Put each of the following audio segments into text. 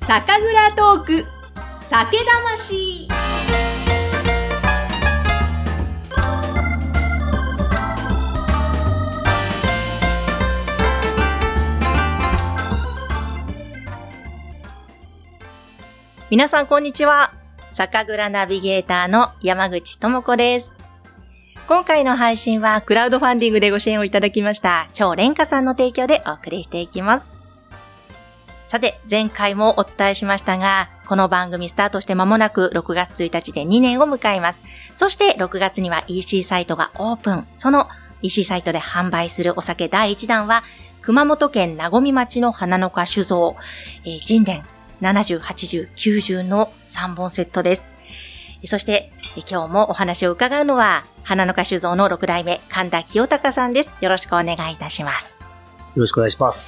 酒蔵トーク酒魂。皆さんこんにちは。酒蔵ナビゲーターの山口智子です。今回の配信はクラウドファンディングでご支援をいただきました超蓮華さんの提供でお送りしていきます。さて、前回もお伝えしましたが、この番組スタートして間もなく6月1日で2年を迎えます。そして6月には EC サイトがオープン。その EC サイトで販売するお酒第1弾は、熊本県和水町の花の花酒造、神殿70、80、90の3本セットです。そして今日もお話を伺うのは、花の花酒造の6代目、神田清隆さんです。よろしくお願いいたします。 よろしくお願いします。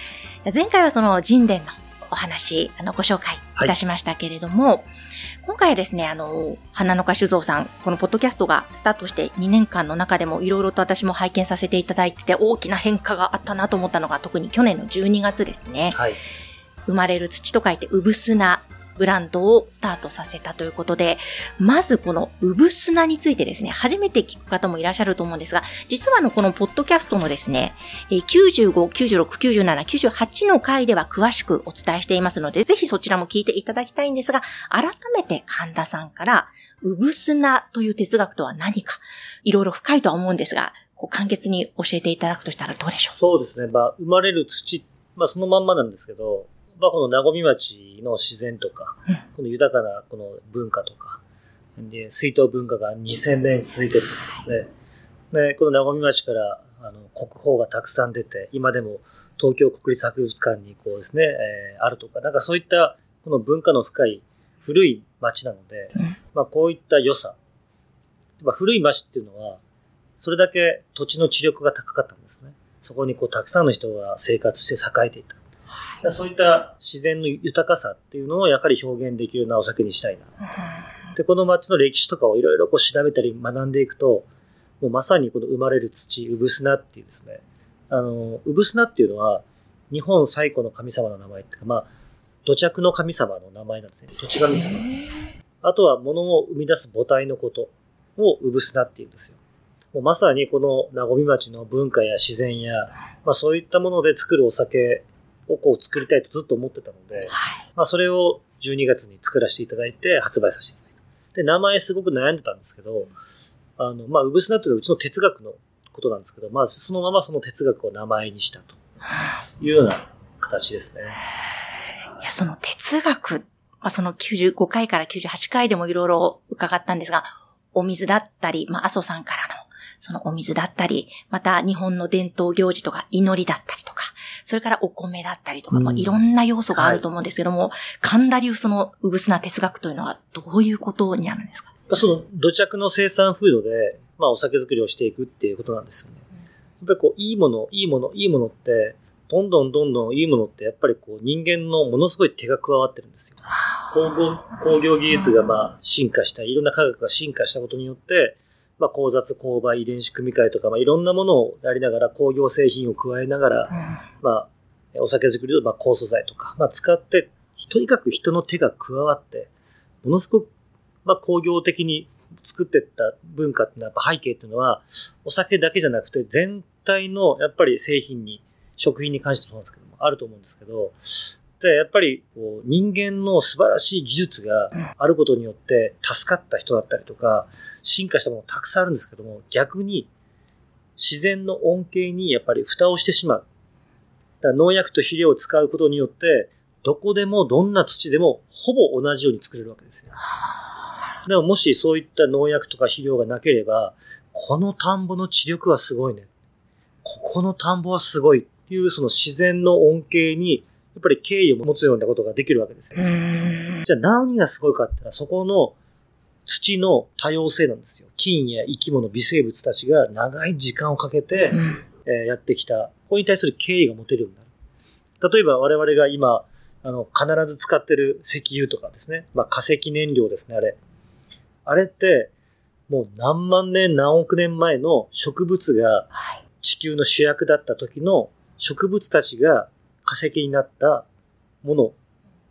前回はその神殿のお話、ご紹介いたしましたけれども、今回はですね、花の花酒造さん、このポッドキャストがスタートして2年間の中でもいろいろと私も拝見させていただいてて、大きな変化があったなと思ったのが、特に去年の12月ですね。 はい。 生まれる土と書いて、うぶすなブランドをスタートさせたということで、まずこのうぶすなについてですね、初めて聞く方もいらっしゃると思うんですが、実はこのポッドキャストのですね、95、96、97、98の回では詳しくお伝えしていますので、ぜひそちらも聞いていただきたいんですが、改めて神田さんから、うぶすなという哲学とは何か、いろいろ深いとは思うんですが、簡潔に教えていただくとしたらどうでしょう？ そうですね。生まれる土、そのまんまなんですけど、この和水町の自然とか、この豊かなこの文化とか、で水筒文化が2000年続いてるんですね。で、この和水町から国宝がたくさん出て、今でも東京国立博物館にですね、あるとか、そういったこの文化の深い古い町なので、こういった良さ、古い町っていうのは、それだけ土地の地力が高かったんですね。そこにたくさんの人が生活して栄えていた。そういった自然の豊かさっていうのをやはり表現できるようなお酒にしたいな。で、この町の歴史とかをいろいろ調べたり学んでいくと、もうまさにこの生まれる土、うぶすなっていうですね、うぶすなっていうのは日本最古の神様の名前っていうか、土着の神様の名前なんですね。土地神様。あとは物を生み出す母体のことをうぶすなっていうんですよ。もうまさにこの和水町の文化や自然や、そういったもので作るお酒を作りたいとずっと思ってたので、それを12月に作らせていただいて発売させていただいた。で、名前すごく悩んでたんですけど、うぶすなというのはうちの哲学のことなんですけど、そのままその哲学を名前にしたというような形ですね。 いや、その哲学、その95回から98回でもいろいろ伺ったんですが、お水だったり、阿蘇山からのそのお水だったり、また日本の伝統行事とか祈りだったりとか、それからお米だったりとか、いろんな要素があると思うんですけども、神田流そのうぶすな哲学というのはどういうことになるんですか？ その土着の生産風土で、お酒作りをしていくっていうことなんですよね。やっぱりいいものって、どんどんいいものってやっぱり人間のものすごい手が加わってるんですよ。工業技術が進化した、いろんな科学が進化したことによって、交雑、勾配、遺伝子組み換えとか、いろんなものをやりながら、工業製品を加えながら、お酒作りの酵素剤とか、使って、とにかく人の手が加わって、ものすごく、工業的に作っていった文化っていうのは、やっぱ背景っていうのは、お酒だけじゃなくて、全体のやっぱり製品に、食品に関してもそうなんですけども、あると思うんですけど、で、やっぱり人間の素晴らしい技術があることによって助かった人だったりとか、進化したものたくさんあるんですけども、逆に自然の恩恵にやっぱり蓋をしてしまう。だから農薬と肥料を使うことによって、どこでもどんな土でもほぼ同じように作れるわけですよ。でももしそういった農薬とか肥料がなければ、この田んぼの地力はすごいね。ここの田んぼはすごいっていうその自然の恩恵にやっぱり敬意を持つようなことができるわけですよ。じゃあ何がすごいかって言ったら、そこの土の多様性なんですよ。菌や生き物、微生物たちが長い時間をかけて、やってきた。これに対する敬意が持てるようになる。例えば我々が今、必ず使ってる石油とかですね。化石燃料ですね、あれ。あれって、もう何万年何億年前の植物が地球の主役だった時の植物たちが化石になったもの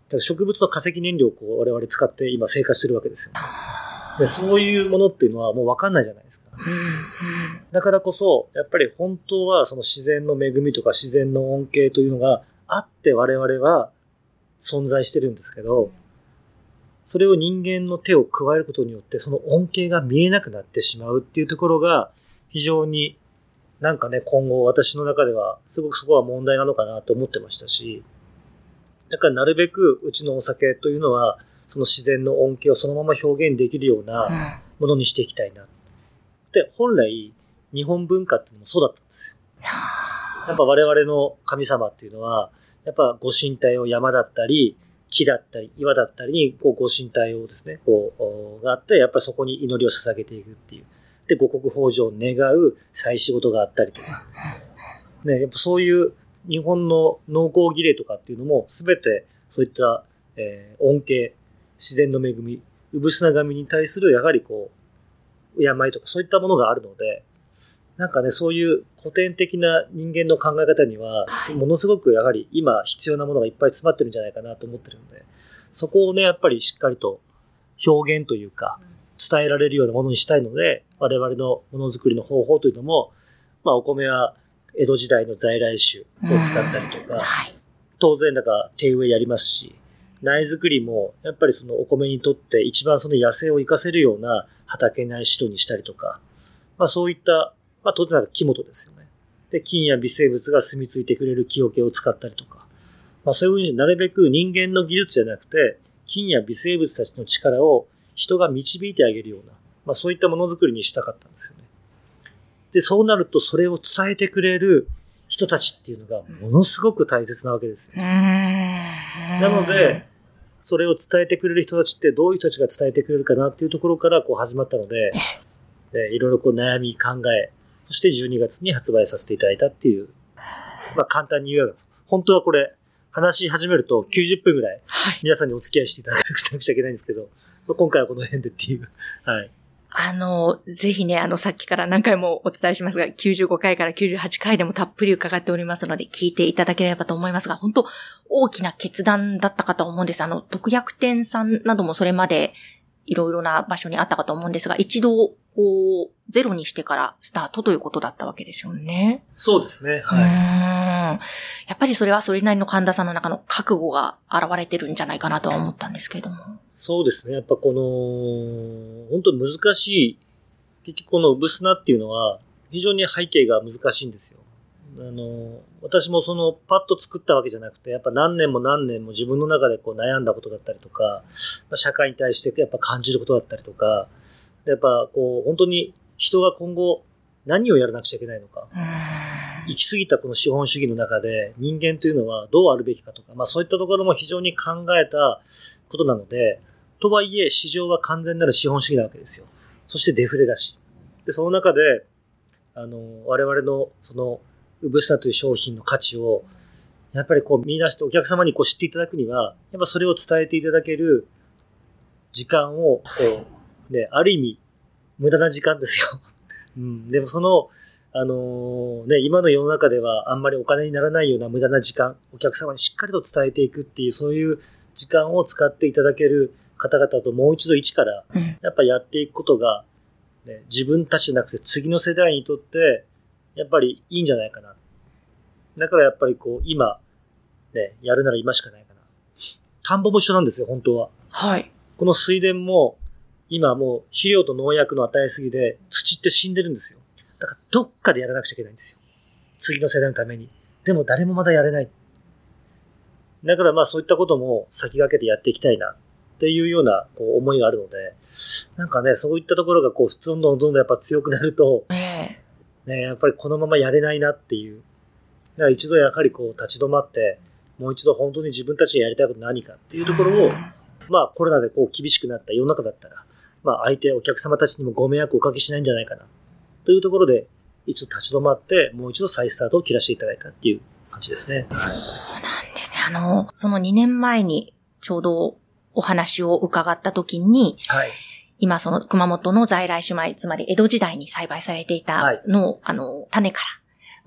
から植物の化石燃料をこう我々使って今生活してるわけですよ。で、そういうものっていうのはもう分かんないじゃないですか。だからこそ、やっぱり本当はその自然の恵みとか自然の恩恵というのがあって我々は存在してるんですけど、それを人間の手を加えることによってその恩恵が見えなくなってしまうっていうところが非常になんかね、今後私の中ではすごくそこは問題なのかなと思ってましたし、だからなるべくうちのお酒というのはその自然の恩恵をそのまま表現できるようなものにしていきたいな。で、本来日本文化っていうのもそうだったんですよ。やっぱ我々の神様っていうのはやっぱご神体を山だったり木だったり岩だったりにこうご神体をですね、こうがあって、やっぱりそこに祈りを捧げていくっていう。で、五穀豊穣を願う祭祀事があったりとか。ね、やっぱそういう日本の農耕儀礼とかっていうのも全てそういった、恩恵、自然の恵み、うぶすな神に対するやはりこう、敬いとかそういったものがあるので、なんかね、そういう古典的な人間の考え方には、ものすごくやはり今必要なものがいっぱい詰まってるんじゃないかなと思ってるので、そこをね、やっぱりしっかりと表現というか、伝えられるようなものにしたいので、我々のものづくりの方法というのも、まあお米は江戸時代の在来種を使ったりとか、当然だから手植えやりますし、苗作りもやっぱりそのお米にとって一番その野生を生かせるような畑苗代にしたりとか、まあそういったまあ、当然なんか木本ですよね。で、菌や微生物が住み着いてくれる木桶を使ったりとか、まあ、そういうふうになるべく人間の技術じゃなくて、菌や微生物たちの力を人が導いてあげるような、まあ、そういったものづくりにしたかったんですよね。で、そうなるとそれを伝えてくれる人たちっていうのがものすごく大切なわけですよ。なので、それを伝えてくれる人たちってどういう人たちが伝えてくれるかなっていうところからこう始まったので、いろいろこう悩み、考え、そして12月に発売させていただいたっていう、まあ簡単に言うと、本当はこれ話し始めると90分ぐらい皆さんにお付き合いしていただかなくちゃいけないんですけど、まあ、今回はこの辺でっていう。はい。 ぜひね、さっきから何回もお伝えしますが、95回から98回でもたっぷり伺っておりますので、聞いていただければと思いますが、本当大きな決断だったかと思うんです。特約店さんなどもそれまでいろいろな場所にあったかと思うんですが、一度、ゼロにしてからスタートということだったわけですよね。 そうですね。はい。やっぱりそれはそれなりの神田さんの中の覚悟が現れてるんじゃないかなとは思ったんですけれども。 そうですね。やっぱこの、本当難しい、結局このうぶすなっていうのは非常に背景が難しいんですよ。私もそのパッと作ったわけじゃなくて、やっぱ何年も何年も自分の中でこう悩んだことだったりとか、社会に対してやっぱ感じることだったりとか、やっぱこう本当に人が今後何をやらなくちゃいけないのか、行き過ぎたこの資本主義の中で人間というのはどうあるべきかとか、まあそういったところも非常に考えたことなので、とはいえ市場は完全なる資本主義なわけですよ。そしてデフレだし。で、その中で、我々のそのうぶすなという商品の価値をやっぱりこう見出してお客様にこう知っていただくには、やっぱそれを伝えていただける時間をこう、ね、ある意味無駄な時間ですよ。うん、でもその、今の世の中ではあんまりお金にならないような無駄な時間、お客様にしっかりと伝えていくっていう、そういう時間を使っていただける方々ともう一度一からやっぱやっていくことが、ね、自分たちじゃなくて次の世代にとってやっぱりいいんじゃないかな。だからやっぱりこう今、ね、やるなら今しかないかな。田んぼも一緒なんですよ、本当は。 はい。 この水田も今もう肥料と農薬の与えすぎで土って死んでるんですよ。だからどっかでやらなくちゃいけないんですよ。次の世代のために。でも誰もまだやれない。だからまあそういったことも先駆けてやっていきたいなっていうようなこう思いがあるので、なんかね、そういったところがこうどんどんやっぱ強くなると、ね、やっぱりこのままやれないなっていう。だから一度やはりこう立ち止まって、もう一度本当に自分たちがやりたいこと何かっていうところを、まあコロナでこう厳しくなった世の中だったら、まあ相手、お客様たちにもご迷惑をおかけしないんじゃないかな。というところで、一度立ち止まって、もう一度再スタートを切らせていただいたっていう感じですね。 そうなんですね。その2年前にちょうどお話を伺った時に、 はい、 今その熊本の在来種米、つまり江戸時代に栽培されていたのを、種から、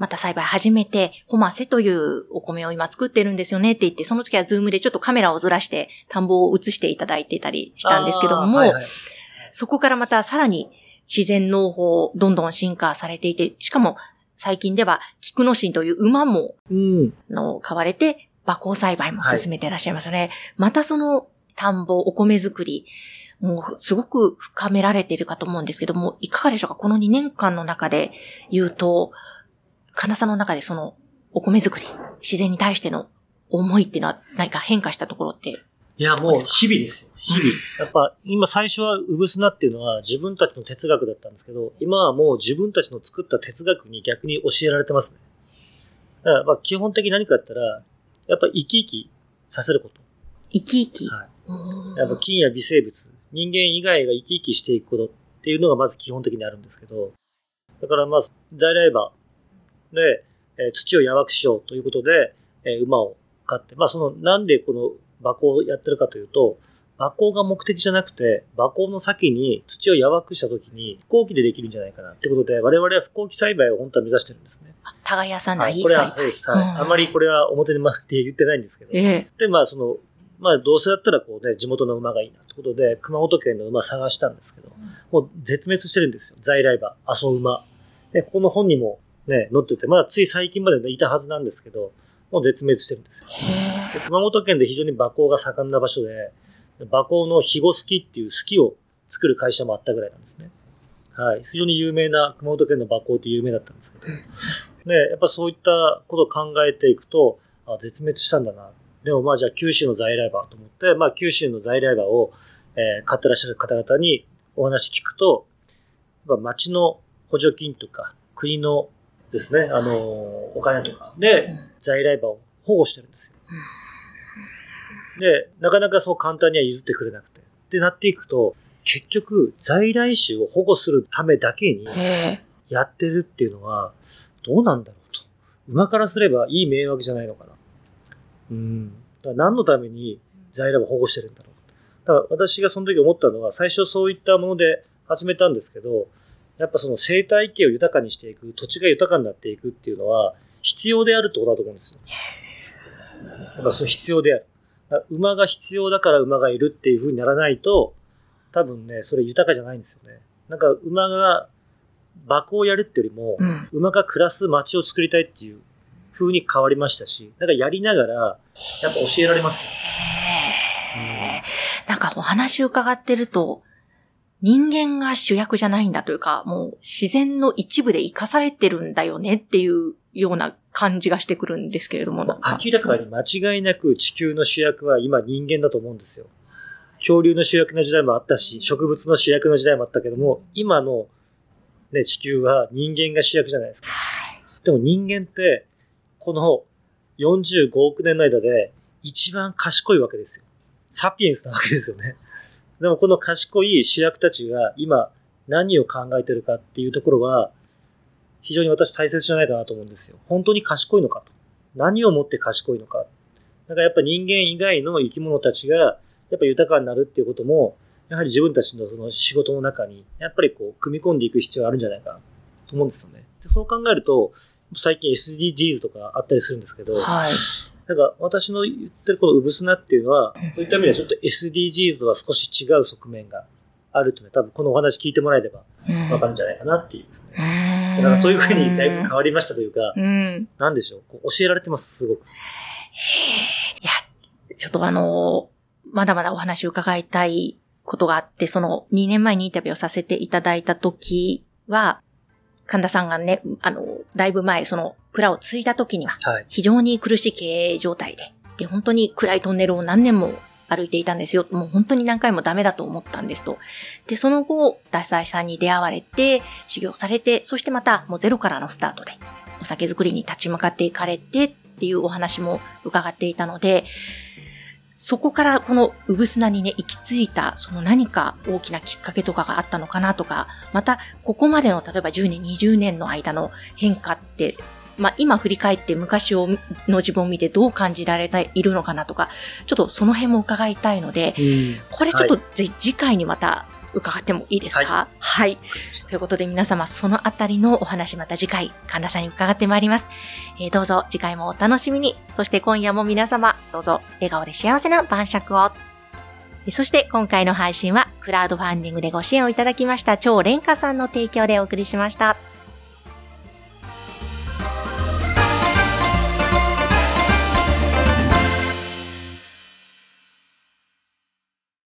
また栽培始めて、ホマセというお米を今作ってるんですよねって言って、その時はズームでちょっとカメラをずらして田んぼを映していただいてたりしたんですけども、はいはい、そこからまたさらに自然農法どんどん進化されていて、しかも最近では菊野神という馬も買われて馬耕栽培も進めていらっしゃいますよね。はい、またその田んぼ、お米作り、もうすごく深められているかと思うんですけども、いかがでしょうか？この2年間の中で言うと、神田さんの中でそのお米作り、自然に対しての思いっていうのは何か変化したところって？ いや、もう日々ですよ。日々。やっぱ今最初はうぶすなっていうのは自分たちの哲学だったんですけど、今はもう自分たちの作った哲学に逆に教えられてますね。だからまあ基本的に何かやったら、やっぱ生き生きさせること。 生き生き、 はい。やっぱ菌や微生物、人間以外が生き生きしていくことっていうのがまず基本的にあるんですけど、だからまず在来馬で、土を柔らくしようということで、馬を飼って、まあそのなんでこの馬耕をやってるかというと、馬耕が目的じゃなくて、馬耕の先に土を柔らくしたときに飛行機でできるんじゃないかなってことで、我々は飛行機栽培を本当は目指してるんですね。 耕さない栽培。これはそうです。はい。あまりこれは表に回って言ってないんですけど。で、まあまあどうせだったらこうね、地元の馬がいいなってことで、熊本県の馬探したんですけど、もう絶滅してるんですよ。在来馬、阿蘇馬。で、この本にもね、載ってて、まだつい最近までいたはずなんですけど、もう絶滅してるんですよ。で、熊本県で非常に馬耕が盛んな場所で、馬耕の肥後スキっていうスキを作る会社もあったぐらいなんですね。はい。非常に有名な、熊本県の馬耕って有名だったんですけど、ね、やっぱそういったことを考えていくと、絶滅したんだな。でもまあじゃあ九州の在来馬と思って、まあ九州の在来馬を、飼ってらっしゃる方々にお話聞くと、やっぱ町の補助金とか国のですね、お金とかで在来馬を保護してるんですよ。で、なかなかそう簡単には譲ってくれなくて。ってなっていくと、結局在来種を保護するためだけにやってるっていうのはどうなんだろうと。馬からすればいい迷惑じゃないのかな。だから何のために在来馬を保護してるんだろう。だから私がその時思ったのは、最初そういったもので始めたんですけど、やっぱその生態系を豊かにしていく、土地が豊かになっていくっていうのは必要であるってことだと思うんですよ。やっぱそれ必要である。だから馬が必要だから馬がいるっていう風にならないと、多分ね、それ豊かじゃないんですよね。なんか馬が馬耕をやるってよりも、馬が暮らす街を作りたいっていう風に変わりましたし、だからやりながら、やっぱ教えられますよ。 なんかお話を伺ってると、人間が主役じゃないんだというか、もう自然の一部で生かされてるんだよねっていうような感じがしてくるんですけれども。 明らかに間違いなく地球の主役は今人間だと思うんですよ。恐竜の主役の時代もあったし、植物の主役の時代もあったけども、今の、ね、地球は人間が主役じゃないですか。でも人間って、この45億年の間で一番賢いわけですよ。サピエンスなわけですよね。でもこの賢い主役たちが今何を考えてるかっていうところは非常に私大切じゃないかなと思うんですよ。本当に賢いのかと。何をもって賢いのか。だからやっぱ人間以外の生き物たちがやっぱ豊かになるっていうこともやはり自分たちのその仕事の中にやっぱりこう組み込んでいく必要があるんじゃないかなと思うんですよね。でそう考えると最近 SDGs とかあったりするんですけど、 はい。 なんか私の言ってるこのうぶすなっていうのは、そういった意味ではちょっと SDGs とは少し違う側面があるとね、多分このお話聞いてもらえればわかるんじゃないかなっていうですね。だからそういうふうにだいぶ変わりましたというか、なんでしょう、こう教えられてます、すごく。いや、ちょっとまだまだお話を伺いたいことがあって、その2年前にインタビューをさせていただいた時は、神田さんがね、だいぶ前、その蔵を継いだ時には、非常に苦しい経営状態で、本当に暗いトンネルを何年も歩いていたんですよ。もう本当に何回もダメだと思ったんですと。で、その後、ダサイさんに出会われて、修行されて、そしてまたもうゼロからのスタートで、お酒作りに立ち向かっていかれてっていうお話も伺っていたので、そこからこのうぶすなにね、行き着いた、その何か大きなきっかけとかがあったのかなとか、また、ここまでの、例えば10年、20年の間の変化って、今振り返って昔の自分を見てどう感じられているのかなとか、ちょっとその辺も伺いたいので、これちょっと次回にまた伺ってもいいですか？はい。ということで皆様、そのあたりのお話また次回、神田さんに伺ってまいります。どうぞ次回もお楽しみに。そして今夜も皆様、どうぞ笑顔で幸せな晩酌を。そして今回の配信はクラウドファンディングでご支援をいただきました超廉価さんの提供でお送りしました。